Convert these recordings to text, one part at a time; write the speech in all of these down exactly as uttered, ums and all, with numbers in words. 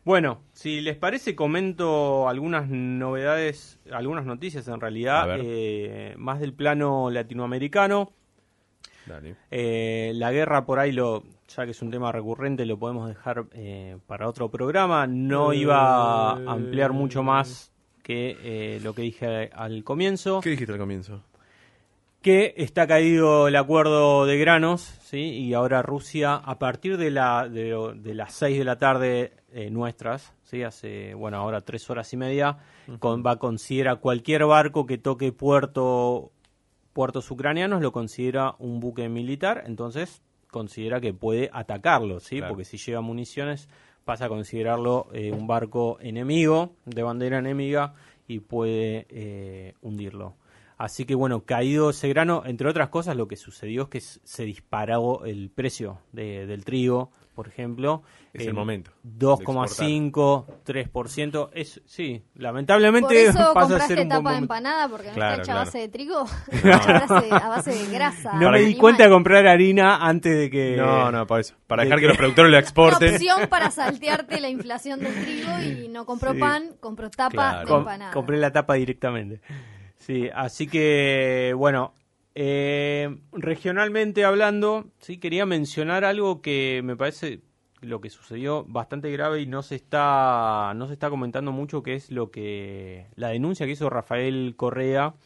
Bueno, si les parece, comento algunas novedades, algunas noticias en realidad, eh, más del plano latinoamericano. Dale. Eh, la guerra por ahí, lo ya que es un tema recurrente, lo podemos dejar eh, para otro programa. No Eh... iba a ampliar mucho más que eh, lo que dije al comienzo. ¿Qué dijiste al comienzo? Que está caído el acuerdo de granos, ¿sí? Y ahora Rusia, a partir de, la, de, de las seis de la tarde eh, nuestras, ¿sí? Hace, bueno, ahora tres horas y media, uh-huh. con, va a considerar cualquier barco que toque puerto, puertos ucranianos, lo considera un buque militar, entonces considera que puede atacarlo, ¿sí? Claro. Porque si lleva municiones pasa a considerarlo eh, un barco enemigo, de bandera enemiga, y puede eh, hundirlo. Así que bueno, caído ese grano, entre otras cosas, lo que sucedió es que se disparó el precio de, del trigo, por ejemplo. Es eh, el momento. dos coma cinco, tres por ciento. Es, sí, lamentablemente por eso pasa a ser un tapa buen de empanada, porque no claro, está hecha claro. a base de trigo, está hecha a base, a base de grasa. No me di animal. cuenta de comprar harina antes de que... No, no, por eso. Para dejar que... que los productores la exporten. Una opción para saltearte la inflación del trigo y no compró sí. pan, compró tapa claro. de empanada. Com- compré la tapa directamente. Sí, así que, bueno, eh, regionalmente hablando, sí quería mencionar algo que me parece lo que sucedió bastante grave y no se está no se está comentando mucho, que es lo que la denuncia que hizo Rafael Correa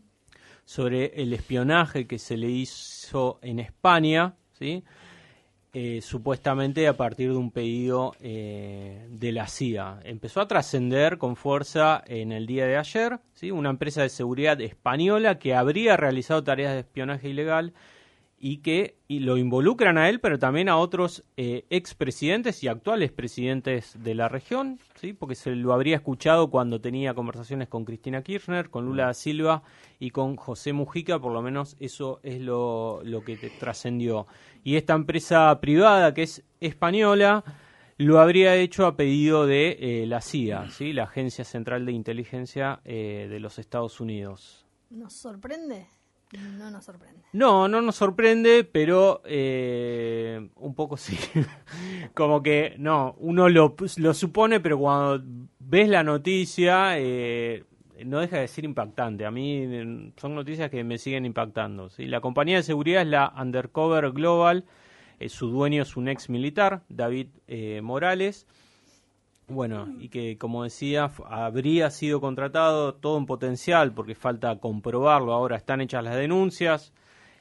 sobre el espionaje que se le hizo en España, ¿sí? Eh, supuestamente a partir de un pedido eh, de la C I A. Empezó a trascender con fuerza en el día de ayer, ¿sí? Una empresa de seguridad española que habría realizado tareas de espionaje ilegal y que y lo involucran a él, pero también a otros eh, expresidentes y actuales presidentes de la región, ¿sí? Porque se lo habría escuchado cuando tenía conversaciones con Cristina Kirchner, con Lula da Silva y con José Mujica, por lo menos eso es lo, lo que trascendió. Y esta empresa privada, que es española, lo habría hecho a pedido de eh, la C I A, ¿sí? La Agencia Central de Inteligencia eh, de los Estados Unidos. ¿Nos sorprende? No nos sorprende. No, no nos sorprende, pero eh, un poco sí. Como que, no, uno lo, lo supone, pero cuando ves la noticia, eh, no deja de ser impactante. A mí son noticias que me siguen impactando, ¿sí? La compañía de seguridad es la Undercover Global, eh, su dueño es un ex militar, David eh, Morales. Bueno, y que, como decía, f- habría sido contratado, todo en potencial, porque falta comprobarlo. Ahora están hechas las denuncias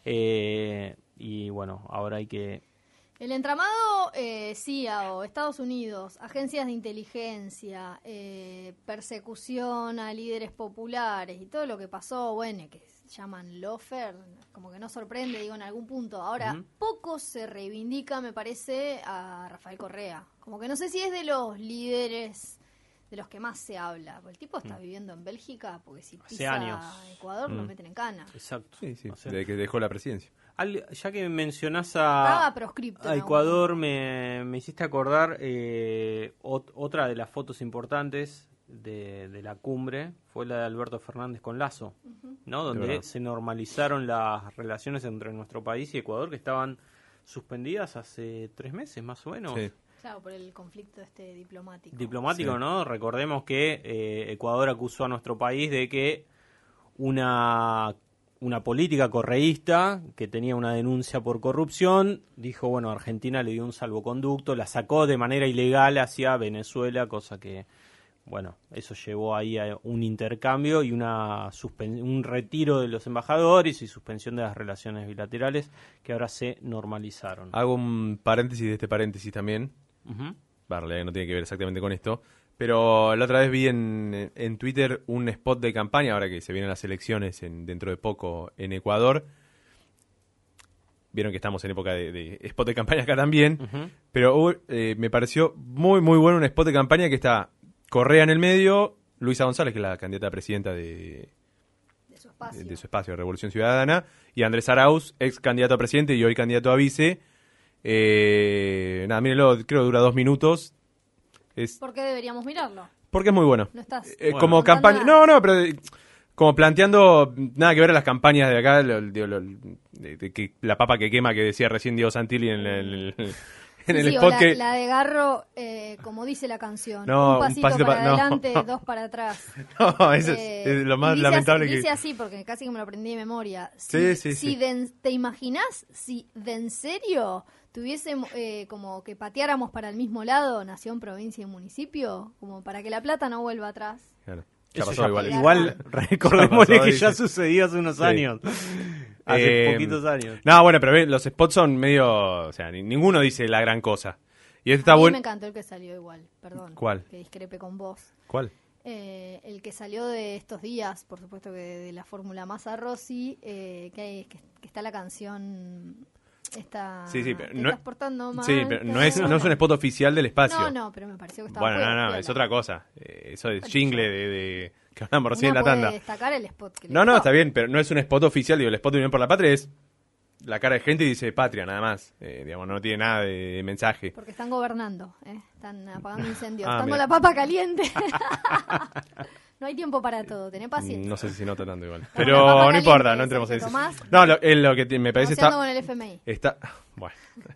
eh, y, bueno, ahora hay que... El entramado eh, C I A o Estados Unidos, agencias de inteligencia, eh, persecución a líderes populares y todo lo que pasó, bueno, que se llaman lawfare, como que no sorprende, digo, en algún punto. Ahora, uh-huh. poco se reivindica, me parece, a Rafael Correa. Como que no sé si es de los líderes de los que más se habla. El tipo está mm. viviendo en Bélgica, porque si pisa a Ecuador mm. lo meten en cana. Exacto. Sí, sí, o sea, desde que dejó la presidencia. Al, ya que mencionás a, a Ecuador, me, me hiciste acordar eh, ot, otra de las fotos importantes de, de la cumbre, fue la de Alberto Fernández con Lasso, uh-huh. ¿no? Donde se normalizaron las relaciones entre nuestro país y Ecuador, que estaban suspendidas hace tres meses más o menos. Sí. Claro, por el conflicto este diplomático. Diplomático, sí. ¿no? Recordemos que eh, Ecuador acusó a nuestro país de que una, una política correísta que tenía una denuncia por corrupción, dijo, bueno, Argentina le dio un salvoconducto, la sacó de manera ilegal hacia Venezuela, cosa que, bueno, eso llevó ahí a un intercambio y una suspen- un retiro de los embajadores y suspensión de las relaciones bilaterales que ahora se normalizaron. Hago un paréntesis de este paréntesis también. Uh-huh. Vale, no tiene que ver exactamente con esto, pero la otra vez vi en, en Twitter un spot de campaña, ahora que se vienen las elecciones en, dentro de poco en Ecuador. Vieron que estamos en época de, de spot de campaña acá también, uh-huh. pero eh, me pareció muy muy bueno un spot de campaña que está Correa en el medio, Luisa González, que es la candidata a presidenta de, de, su espacio. de, de su espacio, de Revolución Ciudadana, y Andrés Arauz, ex candidato a presidente y hoy candidato a vice. Eh, nada, mírenlo, creo que dura dos minutos. Es, ¿Por qué deberíamos mirarlo? Porque es muy bueno. No estás eh, bueno, como campaña. No, no, pero eh, como planteando nada que ver a las campañas de acá, lo, lo, lo, de, de que la papa que quema que decía recién Diego Santilli en el, en el, en Sí, el sí, o spot la, que... la de Garro, eh, como dice la canción, No, un un pasito, pasito para pa- no. adelante, dos para atrás. No, eso es, Eh, es lo y más dice lamentable así, que... dice así, porque casi que me lo aprendí de memoria. Sí, Si, sí, si sí. de en- ¿Te imaginas si de en serio tuviésemos eh, como que pateáramos para el mismo lado, nación, provincia y municipio? Como para que la plata no vuelva atrás. Claro. Ya Eso pasó ya- igual. igual Ya recordémosle pasó, que dice. ya sucedió hace unos Sí. años. Hace Eh, poquitos años. No, bueno, pero ve, los spots son medio... O sea, ni- ninguno dice la gran cosa. Y este está A mí bueno... me encantó el que salió igual, perdón. ¿Cuál? Que discrepe con vos. ¿Cuál? Eh, el que salió de estos días, por supuesto que de la Fórmula Massa Rossi, eh, que, hay- que, que está la canción... Esta, Sí, sí, pero te no- estás portando mal, Sí, pero no es, te- no es un spot oficial del espacio. No, no, pero me pareció que estaba Bueno, no, piola, no, piola. es otra cosa. Eh, eso es Bueno, jingle yo- de, de- que hablamos recién en Una la puede tanda. destacar el spot que le No, no, gustó. está bien, pero no es un spot oficial. Digo, el spot de Unión por la Patria es la cara de gente y dice patria, nada más. Eh, digamos, no tiene nada de mensaje. Porque están gobernando, ¿eh? Están apagando incendios, Ah, están mira. con la papa caliente. No hay tiempo para todo, tené paciencia. No sé si se nota tanto igual. Estamos Pero con la papa no caliente, importa, no ese entremos que en eso. tomás. No, lo, eh, lo que te- me parece Negociando está... con el F M I. Está... Bueno.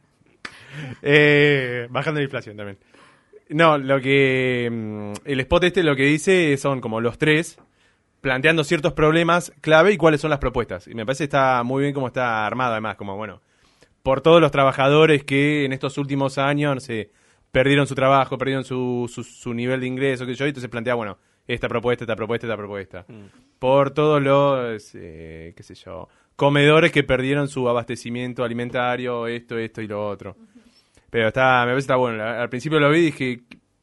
Eh, bajando la inflación también. No, lo que... mm, el spot este lo que dice son como los tres planteando ciertos problemas clave y cuáles son las propuestas. Y me parece que está muy bien cómo está armado además, como bueno, por todos los trabajadores que en estos últimos años, no sé, perdieron su trabajo, perdieron su, su, su nivel de ingreso, que yo, y entonces plantea, bueno, esta propuesta, esta propuesta, esta propuesta. Mm. Por todos los, eh, qué sé yo, comedores que perdieron su abastecimiento alimentario, esto, esto y lo otro. Pero está, me parece que está bueno. La- Al principio lo vi y dije,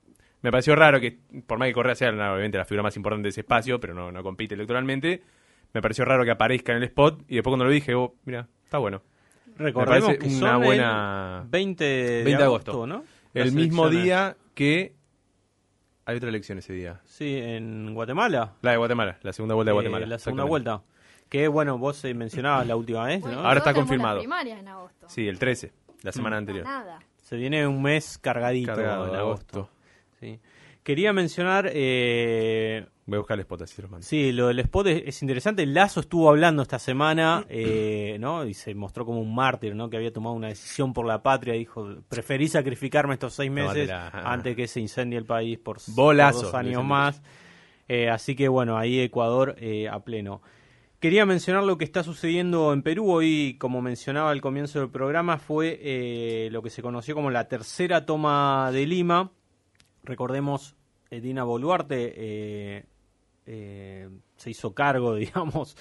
me pareció raro que, por más que Correa sea no, obviamente la figura más importante de ese espacio, pero no, no compite electoralmente, me pareció raro que aparezca en el spot y después cuando lo vi dije, oh, mira, está bueno. Recordemos parece que una son buena- el veinte de, veinte de agosto, agosto. ¿no? El Las mismo elecciones. día que hay otra elección ese día. Sí, en Guatemala. La de Guatemala, la segunda vuelta de Eh, Guatemala. la segunda exactamente. vuelta. Que bueno, vos eh, mencionabas la última vez, Bueno, ¿no? Ahora nosotros está tenemos confirmado. las primarias en agosto. Sí, el trece, la semana No, anterior. nada. Se viene un mes cargadito Cargado, en de agosto. agosto. Sí. Quería mencionar, eh, Voy a buscar el spot, así se los mando. sí, lo del spot es, es interesante. Lazo estuvo hablando esta semana, eh, ¿no? Y se mostró como un mártir, ¿no? Que había tomado una decisión por la patria. Dijo, preferí sacrificarme estos seis meses Tómatela. antes que se incendie el país por, por Bolazo, dos le años dicen más. Eh, así que bueno, ahí Ecuador eh, a pleno. Quería mencionar lo que está sucediendo en Perú. Hoy, como mencionaba al comienzo del programa, fue eh, lo que se conoció como la tercera toma de Lima. Recordemos, eh, Dina Boluarte eh, eh, se hizo cargo, digamos,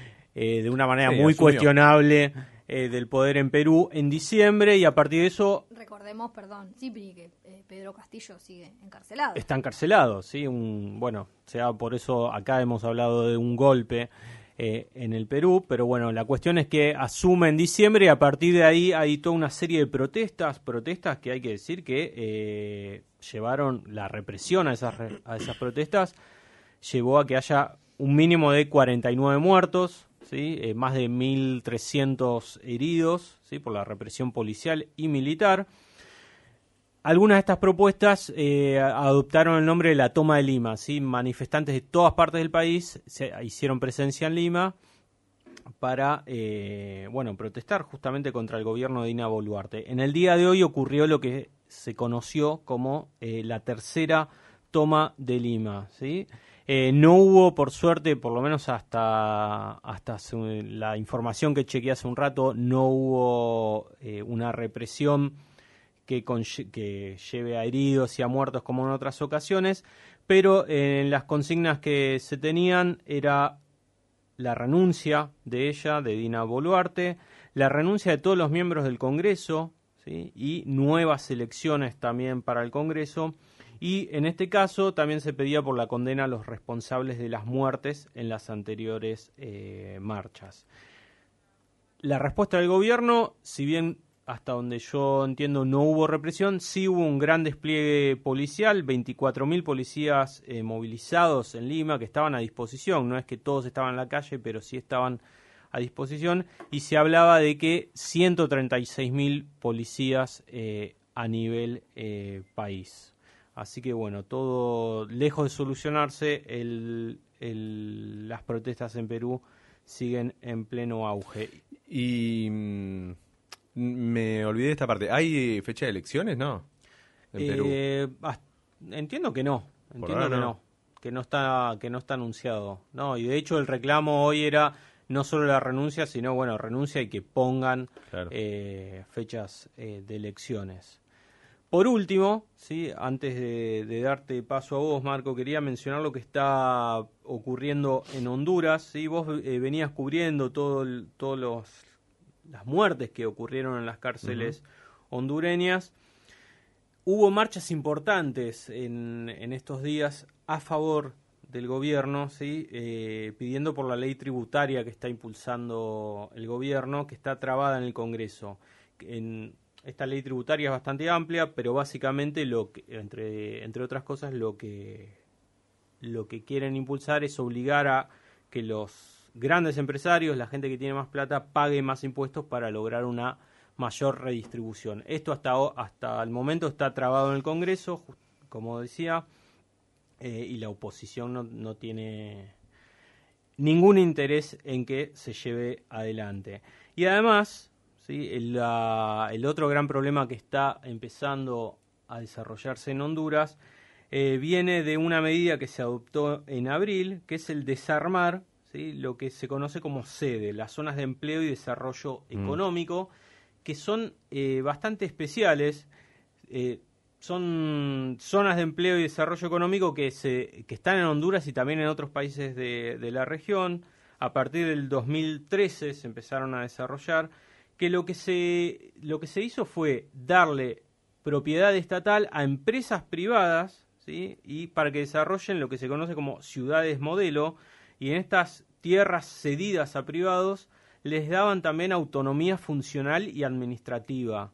eh, de una manera Sí, muy asumió. cuestionable eh, del poder en Perú en diciembre, y a partir de eso Recordemos, perdón, sí, que eh, Pedro Castillo sigue encarcelado. está encarcelado, ¿sí? Un, bueno, sea por eso acá hemos hablado de un golpe eh, en el Perú, pero bueno, la cuestión es que asume en diciembre y a partir de ahí hay toda una serie de protestas, protestas que hay que decir que eh, llevaron la represión a esas, re- a esas protestas, llevó a que haya un mínimo de cuarenta y nueve muertos, ¿sí? Eh, más de mil trescientos heridos, ¿sí? Por la represión policial y militar. Algunas de estas propuestas eh, adoptaron el nombre de la toma de Lima, ¿sí? Manifestantes de todas partes del país se hicieron presencia en Lima para eh, bueno, protestar justamente contra el gobierno de Dina Boluarte. En el día de hoy ocurrió lo que se conoció como eh, la tercera toma de Lima, ¿sí? Eh, no hubo, por suerte, por lo menos hasta, hasta su- la información que chequeé hace un rato, no hubo eh, una represión que, conlle- que lleve a heridos y a muertos como en otras ocasiones, pero eh, en las consignas que se tenían era la renuncia de ella, de Dina Boluarte, la renuncia de todos los miembros del Congreso, ¿sí? Y nuevas elecciones también para el Congreso, y en este caso también se pedía por la condena a los responsables de las muertes en las anteriores eh, marchas. La respuesta del gobierno, si bien hasta donde yo entiendo no hubo represión, sí hubo un gran despliegue policial, veinticuatro mil policías eh, movilizados en Lima que estaban a disposición, no es que todos estaban en la calle, pero sí estaban a disposición, y se hablaba de que ciento treinta y seis mil policías eh, a nivel eh, país. Así que bueno, todo lejos de solucionarse, el, el, las protestas en Perú siguen en pleno auge. Y mm, Me olvidé de esta parte. ¿Hay fecha de elecciones, no? En Perú. Eh, ah, entiendo que no, entiendo ahora que no. no, que no está, que no está anunciado. No, y de hecho el reclamo hoy era no solo la renuncia, sino bueno, renuncia y que pongan Claro. eh, fechas eh, de elecciones. Por último, sí, antes de, de darte paso a vos, Marco, quería mencionar lo que está ocurriendo en Honduras. ¿Sí? Vos eh, venías cubriendo todo el- todos los las muertes que ocurrieron en las cárceles hondureñas. Hubo marchas importantes en, en estos días a favor del gobierno, ¿sí? Eh, pidiendo por la ley tributaria que está impulsando el gobierno, que está trabada en el Congreso. En, esta ley tributaria es bastante amplia, pero básicamente, lo que, entre, entre otras cosas, lo que, lo que quieren impulsar es obligar a que los grandes empresarios, la gente que tiene más plata, pague más impuestos para lograr una mayor redistribución. Esto hasta, hasta el momento está trabado en el Congreso, como decía, eh, y la oposición no, no tiene ningún interés en que se lleve adelante. Y además, ¿sí? el, la, el otro gran problema que está empezando a desarrollarse en Honduras eh, viene de una medida que se adoptó en abril, que es el desarmar, ¿sí? lo que se conoce como SEDE, las zonas de empleo y desarrollo Mm. económico, que son eh, bastante especiales. Eh, son zonas de empleo y desarrollo económico que se que están en Honduras y también en otros países de, de la región. A partir del dos mil trece se empezaron a desarrollar, que lo que se lo que se hizo fue darle propiedad estatal a empresas privadas, ¿sí? Y para que desarrollen lo que se conoce como ciudades modelo, y en estas tierras cedidas a privados les daban también autonomía funcional y administrativa.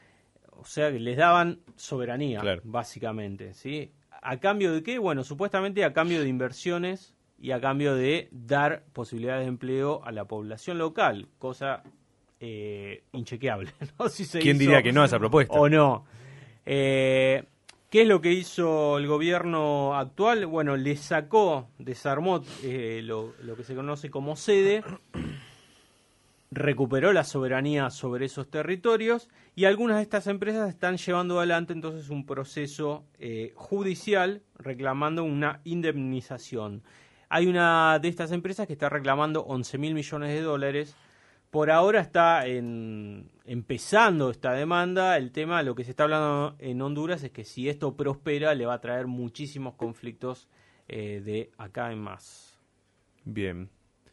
O sea, que les daban soberanía, Claro. básicamente, ¿sí? ¿A cambio de qué? Bueno, supuestamente a cambio de inversiones y a cambio de dar posibilidades de empleo a la población local, cosa eh, inchequeable, ¿no? Si se ¿Quién hizo diría que no a esa propuesta? o no. Eh, ¿Qué es lo que hizo el gobierno actual? Bueno, le sacó, desarmó eh, lo, lo que se conoce como sede, recuperó la soberanía sobre esos territorios y algunas de estas empresas están llevando adelante entonces un proceso eh, judicial reclamando una indemnización. Hay una de estas empresas que está reclamando once mil millones de dólares. Por ahora está en, empezando esta demanda. El tema, lo que se está hablando en Honduras es que si esto prospera le va a traer muchísimos conflictos eh, de acá en más. Bien.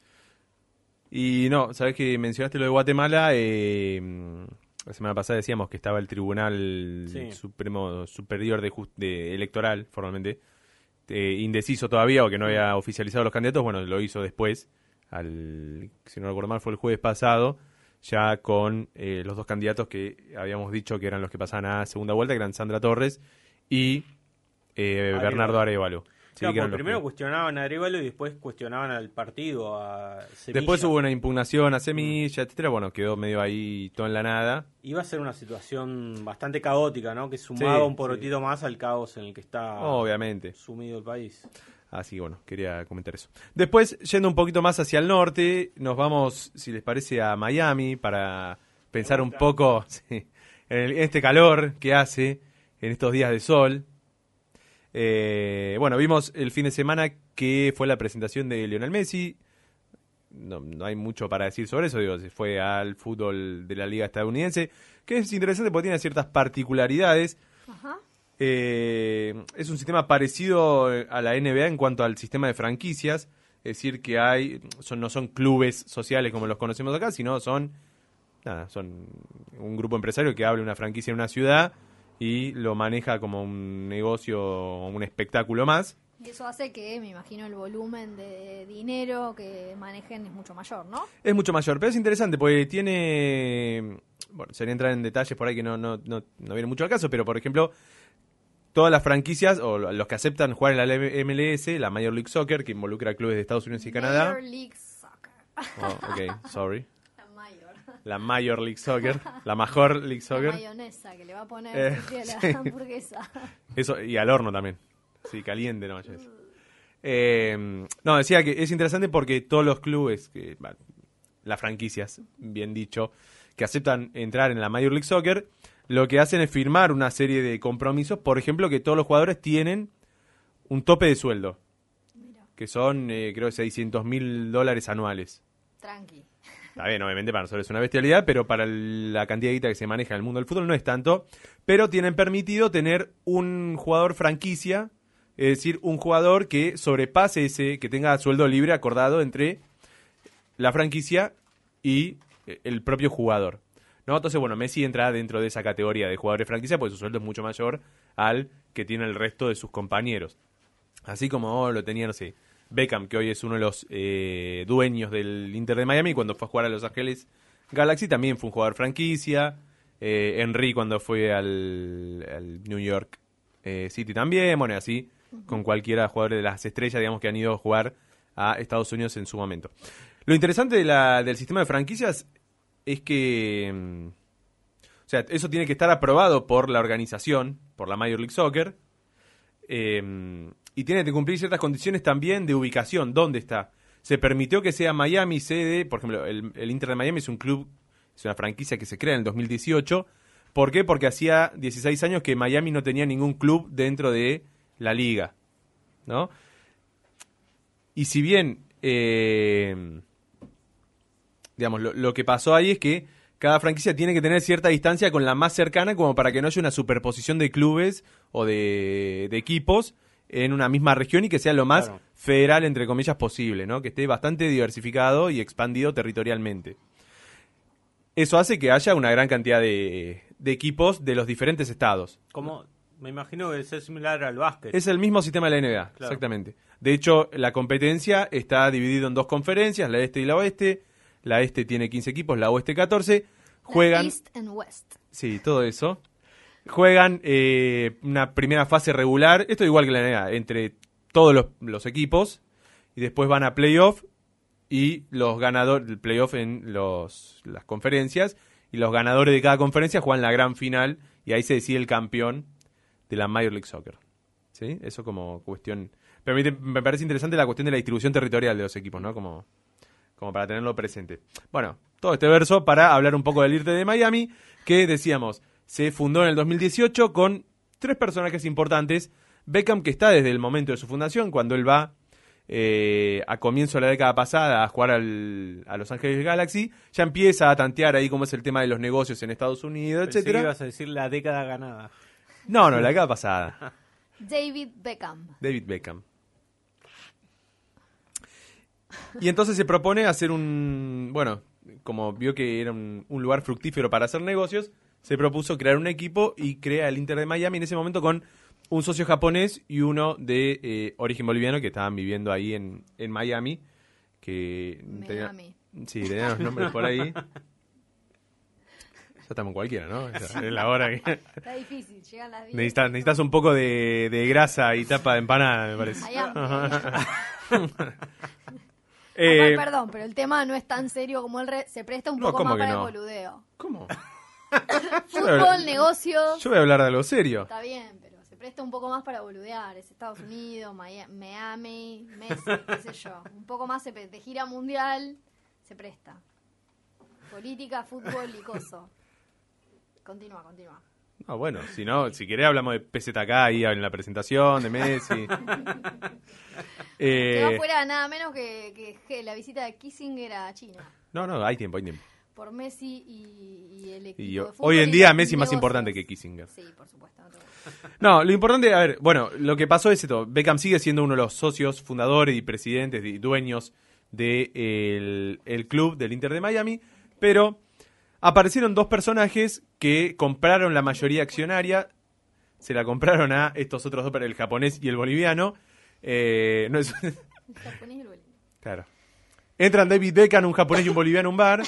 Y no, sabes que mencionaste lo de Guatemala. Eh, la semana pasada decíamos que estaba el Tribunal Sí. Supremo Superior de, Just- de Electoral, formalmente, eh, indeciso todavía o que no había oficializado los candidatos. Bueno, lo hizo después, al, si no recuerdo mal, fue el jueves pasado, ya con eh, los dos candidatos que habíamos dicho que eran los que pasaban a segunda vuelta, que eran Sandra Torres y eh, Arevalo. Bernardo Arevalo. Sí, Claro, que eran porque los primero que- cuestionaban a Arevalo y después cuestionaban al partido, a Semilla. Después hubo una impugnación a Semilla, etcétera. Bueno, quedó medio ahí todo en la nada. Iba a ser una situación bastante caótica, ¿no? Que sumaba Sí, un porotito más al caos en el que está Obviamente. sumido el país. Así que bueno, quería comentar eso. Después, yendo un poquito más hacia el norte, nos vamos, si les parece, a Miami para pensar un poco sí, en, el- en este calor que hace en estos días de sol. Eh, bueno, vimos el fin de semana que fue la presentación de Lionel Messi. No, no hay mucho para decir sobre eso, digo, se fue al fútbol de la liga estadounidense, que es interesante porque tiene ciertas particularidades. Ajá. Eh, es un sistema parecido a la N B A en cuanto al sistema de franquicias, es decir, que hay son, no son clubes sociales como los conocemos acá, sino son nada, son un grupo empresario que abre una franquicia en una ciudad y lo maneja como un negocio o un espectáculo más. Y eso hace que, me imagino, el volumen de dinero que manejen es mucho mayor, ¿no? Es mucho mayor, pero es interesante porque tiene, bueno, sería entrar en detalles por ahí que no, no, no, no viene mucho al caso, pero por ejemplo, todas las franquicias o los que aceptan jugar en la M L S, la Major League Soccer, que involucra clubes de Estados Unidos y Canadá. Major League Soccer. Oh, ok, sorry. La mayor. La Major League Soccer, la Major League La Soccer. mayonesa que le va a poner Eh, a la sí. hamburguesa. Eso, y al horno también. Sí, caliente, no vayas. Eh, no, decía que es interesante porque todos los clubes, que, bueno, las franquicias, bien dicho, que aceptan entrar en la Major League Soccer, lo que hacen es firmar una serie de compromisos, por ejemplo, que todos los jugadores tienen un tope de sueldo, Mira. que son, eh, creo, seiscientos mil dólares anuales. Tranqui. Está bien, obviamente para nosotros es una bestialidad, pero para la cantidad de guita que se maneja en el mundo del fútbol no es tanto. Pero tienen permitido tener un jugador franquicia, es decir, un jugador que sobrepase ese, que tenga sueldo libre acordado entre la franquicia y el propio jugador, ¿no? Entonces, bueno, Messi entra dentro de esa categoría de jugadores franquicia, porque su sueldo es mucho mayor al que tiene el resto de sus compañeros. Así como lo tenía, no sé, Beckham, que hoy es uno de los eh, dueños del Inter de Miami, cuando fue a jugar a Los Ángeles Galaxy también fue un jugador franquicia. Eh, Henry cuando fue al, al New York eh, City también, bueno, así uh-huh. con cualquiera de jugadores de las estrellas, digamos, que han ido a jugar a Estados Unidos en su momento. Lo interesante de la, del sistema de franquicias es que, o sea, eso tiene que estar aprobado por la organización, por la Major League Soccer, eh, y tiene que cumplir ciertas condiciones también de ubicación, dónde está. Se permitió que sea Miami sede, por ejemplo, el, el Inter de Miami es un club, es una franquicia que se crea en el dos mil dieciocho. ¿Por qué? Porque hacía dieciséis años que Miami no tenía ningún club dentro de la liga, ¿no? Y si bien, eh, digamos, lo, lo que pasó ahí es que cada franquicia tiene que tener cierta distancia con la más cercana como para que no haya una superposición de clubes o de, de equipos en una misma región y que sea lo más claro. federal, entre comillas, posible, ¿no? Que esté bastante diversificado y expandido territorialmente. Eso hace que haya una gran cantidad de, de equipos de los diferentes estados. Como me imagino que es similar al básquet. Es el mismo sistema de la N B A, claro. Exactamente. De hecho, la competencia está dividida en dos conferencias, la este y la oeste. La este tiene quince equipos, la oeste catorce. Juegan... La East and West. Sí, todo eso. Juegan eh, una primera fase regular, esto igual que la N B A, entre todos los, los equipos, y después van a playoff, y los ganadores, el playoff en los, las conferencias, y los ganadores de cada conferencia juegan la gran final, y ahí se decide el campeón de la Major League Soccer. ¿Sí? Eso como cuestión... Pero me, me parece interesante la cuestión de la distribución territorial de los equipos, ¿no? Como, como para tenerlo presente. Bueno, todo este verso para hablar un poco del Inter de Miami, que decíamos... Se fundó en el dos mil dieciocho con tres personajes importantes. Beckham, que está desde el momento de su fundación, cuando él va eh, a comienzo de la década pasada a jugar al, a Los Ángeles Galaxy, ya empieza a tantear ahí cómo es el tema de los negocios en Estados Unidos, Pensé etcétera. que ibas a decir la década ganada. No, no, la década pasada. David Beckham. David Beckham. Y entonces se propone hacer un... Bueno, como vio que era un, un lugar fructífero para hacer negocios, se propuso crear un equipo y crea el Inter de Miami en ese momento con un socio japonés y uno de eh, origen boliviano que estaban viviendo ahí en, en Miami. Que tenía, sí, tenían los nombres por ahí. Ya estamos cualquiera, ¿no? O sea, es la hora que... Está difícil, llegan las diez. Necesitas, necesitas un poco de, de grasa y tapa de empanada, me parece. Hay hambre. eh, Aparte, perdón, pero el tema no es tan serio como el re... se presta un no, poco ¿cómo más que para no? el boludeo. ¿Cómo? Fútbol, negocios. Yo voy a hablar de algo serio. Está bien, pero se presta un poco más para boludear. Es Estados Unidos, Miami, Messi, qué sé yo. Un poco más se pre- de gira mundial se presta. Política, fútbol y coso. Continúa, continúa. Ah, bueno, si no, si querés hablamos de P Z K ahí en la presentación de Messi. eh, eh, que va fuera nada menos que, que, que la visita de Kissinger a China. No, no, hay tiempo, hay tiempo. Por Messi y, y el equipo Y de hoy fútbol en y día los Messi es más negocios. importante que Kissinger. Sí, por supuesto. No, no, lo importante, a ver, bueno, lo que pasó es esto. Beckham sigue siendo uno de los socios, fundadores y presidentes y dueños del de el club del Inter de Miami, pero aparecieron dos personajes que compraron la mayoría accionaria, se la compraron a estos otros dos, el japonés y el boliviano. Eh, no es... el japonés y el boliviano. Claro. Entran David Beckham, un japonés y un boliviano a un bar.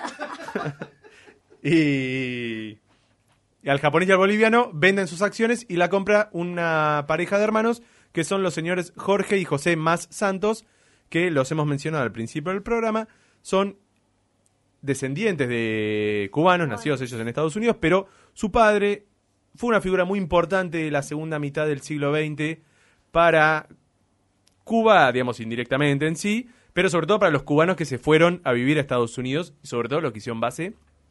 y... y al japonés y al boliviano venden sus acciones y la compra una pareja de hermanos que son los señores Jorge y José Mas Santos, que los hemos mencionado al principio del programa. Son descendientes de cubanos, Bueno. nacidos ellos en Estados Unidos, pero su padre fue una figura muy importante de la segunda mitad del siglo veinte para Cuba, digamos indirectamente en sí, pero sobre todo para los cubanos que se fueron a vivir a Estados Unidos y sobre todo los que hicieron base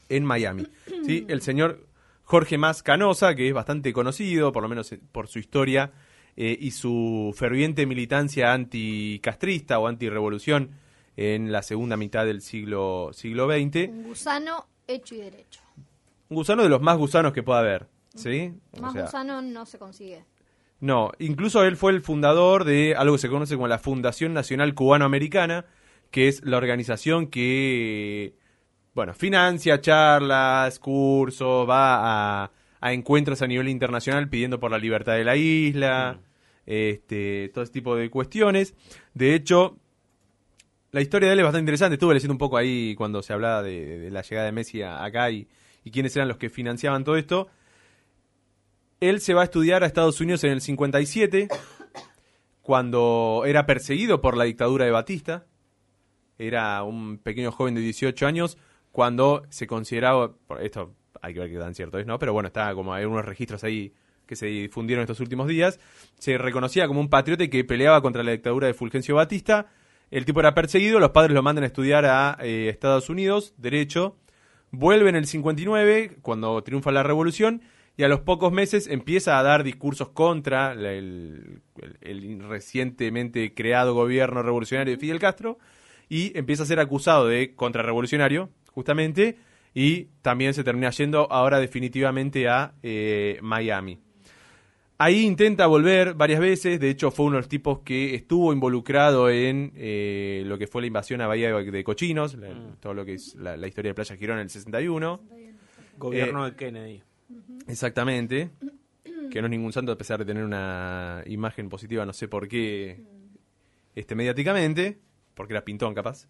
en Miami. ¿Sí? El señor Jorge Mas Canosa, que es bastante conocido, por lo menos por su historia eh, y su ferviente militancia anticastrista o antirrevolución en la segunda mitad del siglo, siglo veinte. Un gusano hecho y derecho. Un gusano de los más gusanos que pueda haber, ¿sí? Más O sea, gusano no se consigue. no, incluso él fue el fundador de algo que se conoce como la Fundación Nacional Cubano-Americana, que es la organización que, bueno, financia charlas, cursos, va a, a encuentros a nivel internacional pidiendo por la libertad de la isla, mm. este, todo ese tipo de cuestiones. De hecho, la historia de él es bastante interesante. Estuve leyendo un poco ahí cuando se hablaba de, de la llegada de Messi a, acá y, y quiénes eran los que financiaban todo esto. Él se va a estudiar a Estados Unidos en el cincuenta y siete, cuando era perseguido por la dictadura de Batista. Era un pequeño joven de dieciocho años, cuando se consideraba, por esto hay que ver qué tan cierto es, ¿no? Pero bueno, está como hay unos registros ahí que se difundieron estos últimos días. Se reconocía como un patriota que peleaba contra la dictadura de Fulgencio Batista. El tipo era perseguido, los padres lo mandan a estudiar a eh, Estados Unidos, Derecho. Vuelve en el cincuenta y nueve, cuando triunfa la revolución, y a los pocos meses empieza a dar discursos contra la, el, el, el recientemente creado gobierno revolucionario de Fidel Castro, y empieza a ser acusado de contrarrevolucionario, justamente, y también se termina yendo ahora definitivamente a eh, Miami. Ahí intenta volver varias veces, de hecho fue uno de los tipos que estuvo involucrado en eh, lo que fue la invasión a Bahía de Cochinos, la, mm. todo lo que es la, la historia de Playa Girón en el sesenta y uno. Gobierno eh, de Kennedy. Exactamente, que no es ningún santo a pesar de tener una imagen positiva, no sé por qué, este, mediáticamente, porque era pintón capaz.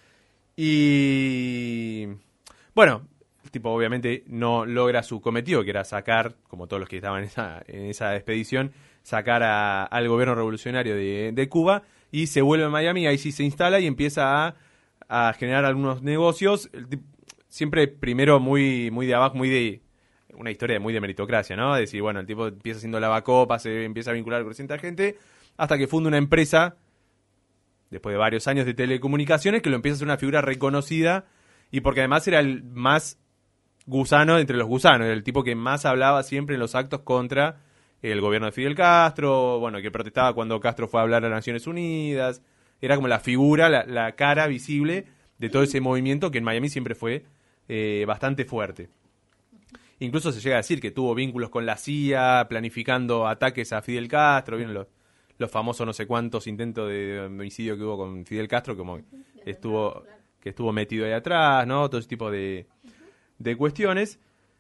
Y bueno, el tipo obviamente no logra su cometido, que era sacar, como todos los que estaban en esa, en esa expedición, sacar a, al gobierno revolucionario de, de Cuba, y se vuelve a Miami, ahí sí se instala y empieza a, a generar algunos negocios, el tipo, siempre primero muy, muy de abajo, muy de una historia muy de meritocracia, ¿no? Es decir, bueno, el tipo empieza haciendo lavacopas, se empieza a vincular con cierta gente, hasta que funda una empresa, después de varios años de telecomunicaciones, que lo empieza a ser una figura reconocida, y porque además era el más gusano entre los gusanos, era el tipo que más hablaba siempre en los actos contra el gobierno de Fidel Castro, bueno, que protestaba cuando Castro fue a hablar a las Naciones Unidas, era como la figura, la, la cara visible de todo ese movimiento que en Miami siempre fue eh, bastante fuerte. Incluso se llega a decir que tuvo vínculos con la C I A, planificando ataques a Fidel Castro, ¿vieron los, los famosos no sé cuántos intentos de homicidio que hubo con Fidel Castro, como estuvo, que estuvo metido ahí atrás, ¿no? Todo ese tipo de, de cuestiones.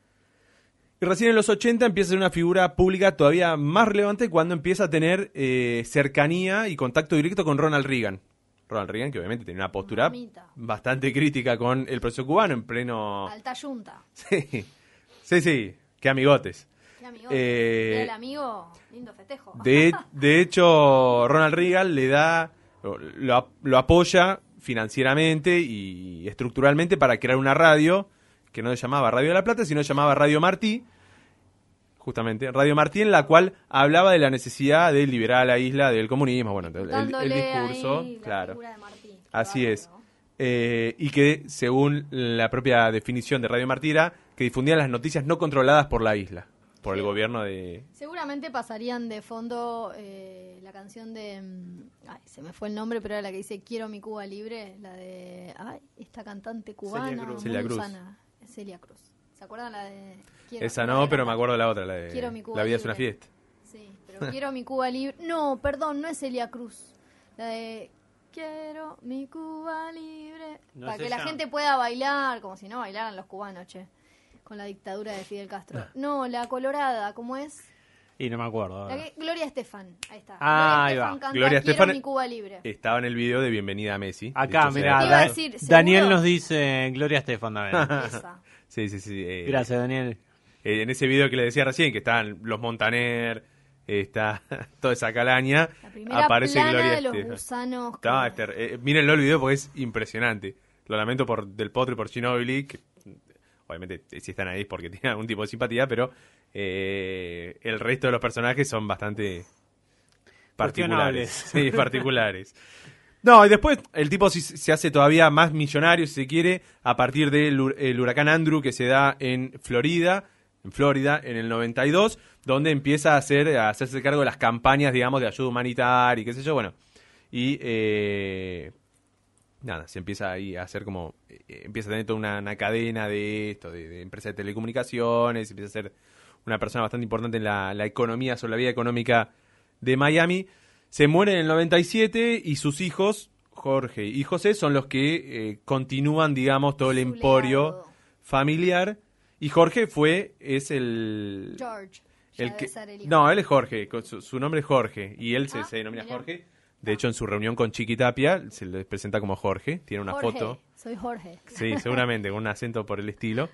Y recién en los ochenta empieza a ser una figura pública todavía más relevante cuando empieza a tener eh, cercanía y contacto directo con Ronald Reagan. Ronald Reagan, que obviamente tenía una postura Mamita. bastante crítica con el proceso cubano en pleno... Alta yunta. Sí. Sí, sí, qué amigotes. Qué amigotes. Eh, el amigo, lindo festejo. De, de hecho, Ronald Reagan le da, lo, lo apoya financieramente y estructuralmente para crear una radio que no se llamaba Radio de la Plata, sino se llamaba Radio Martí, justamente, Radio Martí, en la cual hablaba de la necesidad de liberar a la isla del comunismo. Bueno, el, el discurso, ahí claro. La de Martí, así es. Eh, y que, según la propia definición de Radio Martí, era que difundían las noticias no controladas por la isla, por sí. el gobierno de... Seguramente pasarían de fondo eh, la canción de... Ay, se me fue el nombre, pero era la que dice Quiero mi Cuba libre, la de... Ay, esta cantante cubana, Celia Cruz. Celia Cruz. Sana, Celia Cruz. ¿Se acuerdan la de...? Quiero, Esa no, pero me acuerdo de la otra, la de Quiero mi Cuba La vida libre. es una fiesta. Sí, pero Quiero mi Cuba libre... No, perdón, no es Celia Cruz. La de... Quiero mi Cuba libre. No para que la gente pueda bailar, como si no bailaran los cubanos, che. Con la dictadura de Fidel Castro. No, la colorada, ¿cómo es? Y no me acuerdo. La que, Gloria Estefan, ahí está. Ah, Gloria ahí Estefan va. canta Gloria Quiero Estefan mi Cuba libre. Estaba en el video de Bienvenida a Messi. Acá, mirá, Te iba a decir, Daniel ¿seguro? nos dice Gloria Estefan también. Esa. Sí, sí, sí. Eh, Gracias, Daniel. Eh, en ese video que le decía recién, que estaban los Montaner, está toda esa calaña, La primera aparece plana Gloria de los Estefan. gusanos. No, que- Esther, eh, mírenlo el video porque es impresionante. Lo lamento por Del Potro y por Ginóbili, que obviamente eh, si están ahí es porque tienen algún tipo de simpatía, pero eh, el resto de los personajes son bastante particulares. Cuestionables. Sí, particulares. No, y después el tipo sí se hace todavía más millonario, si se quiere, a partir del hu- el huracán Andrew que se da en Florida, en Florida, en el noventa y dos, donde empieza a, hacer, a hacerse cargo de las campañas, digamos, de ayuda humanitaria y qué sé yo, bueno. Y eh, nada, se empieza ahí a hacer como, eh, empieza a tener toda una, una cadena de esto, de, de empresas de telecomunicaciones, empieza a ser una persona bastante importante en la, la economía, sobre la vida económica de Miami. Se muere en el noventa y siete y sus hijos, Jorge y José, son los que eh, continúan, digamos, todo el Su emporio legado. familiar. Y Jorge fue, es el... George. Ya el debe que, ser el hijo. no, él es Jorge, con su, su nombre es Jorge, y él se, Ah, se denomina mirá. Jorge. De hecho, en su reunión con Chiqui Tapia, se le presenta como Jorge, tiene una Jorge, foto. Soy Jorge. Sí, seguramente, con un acento por el estilo.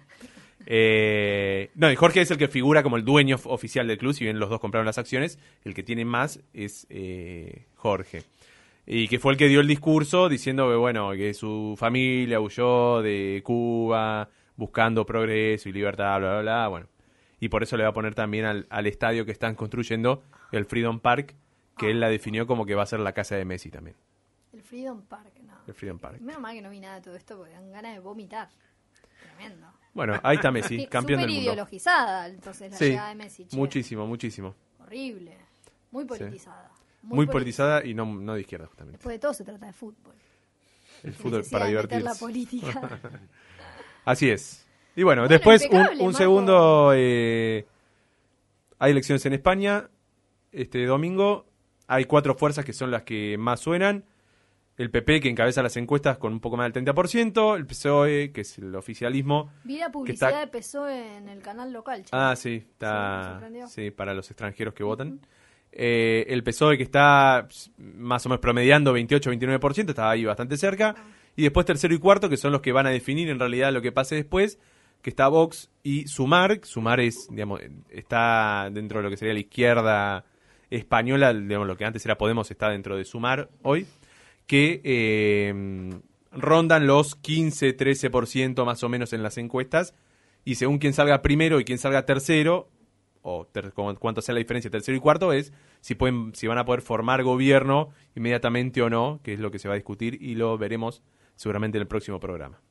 Eh, no, y Jorge es el que figura como el dueño of- oficial del club, si bien los dos compraron las acciones, el que tiene más es eh, Jorge. Y que fue el que dio el discurso diciendo que, bueno, que su familia huyó de Cuba buscando progreso y libertad, bla, bla, bla, bueno. Y por eso le va a poner también al, al estadio que están construyendo, el Freedom Park, que él la definió como que va a ser la casa de Messi también. El Freedom Park, no. El Freedom Park. Menos mal que no vi nada de todo esto porque dan ganas de vomitar. Tremendo. Bueno, ahí está Messi, Que campeón súper del mundo. ideologizada, entonces, la Sí, llegada de Messi. che. muchísimo, muchísimo. Horrible. Muy politizada. Muy poli- politizada y no, no de izquierda, justamente. Después de todo se trata de fútbol. El fútbol Necesidad para de meter divertirse. la política. Así es. Y bueno, Bueno, después un, impecable, un Marco. segundo... eh, hay elecciones en España este domingo. Hay cuatro fuerzas que son las que más suenan. El P P, que encabeza las encuestas con un poco más del treinta por ciento. El P S O E, que es el oficialismo. Vi la que publicidad está- de P S O E en el canal local. che. Ah, sí, Sí, me está sorprendió. sí, para los extranjeros que votan. Eh, el P S O E, que está ps, más o menos promediando veintiocho a veintinueve por ciento, está ahí bastante cerca. Y después tercero y cuarto, que son los que van a definir en realidad lo que pase después, que está Vox y Sumar. Sumar es, digamos, está dentro de lo que sería la izquierda española, digamos, lo que antes era Podemos está dentro de Sumar hoy, que eh, rondan los quince, trece por ciento más o menos en las encuestas, y según quien salga primero y quien salga tercero, o ter- como- cuánto sea la diferencia tercero y cuarto, es si pueden, si van a poder formar gobierno inmediatamente o no, que es lo que se va a discutir y lo veremos seguramente en el próximo programa.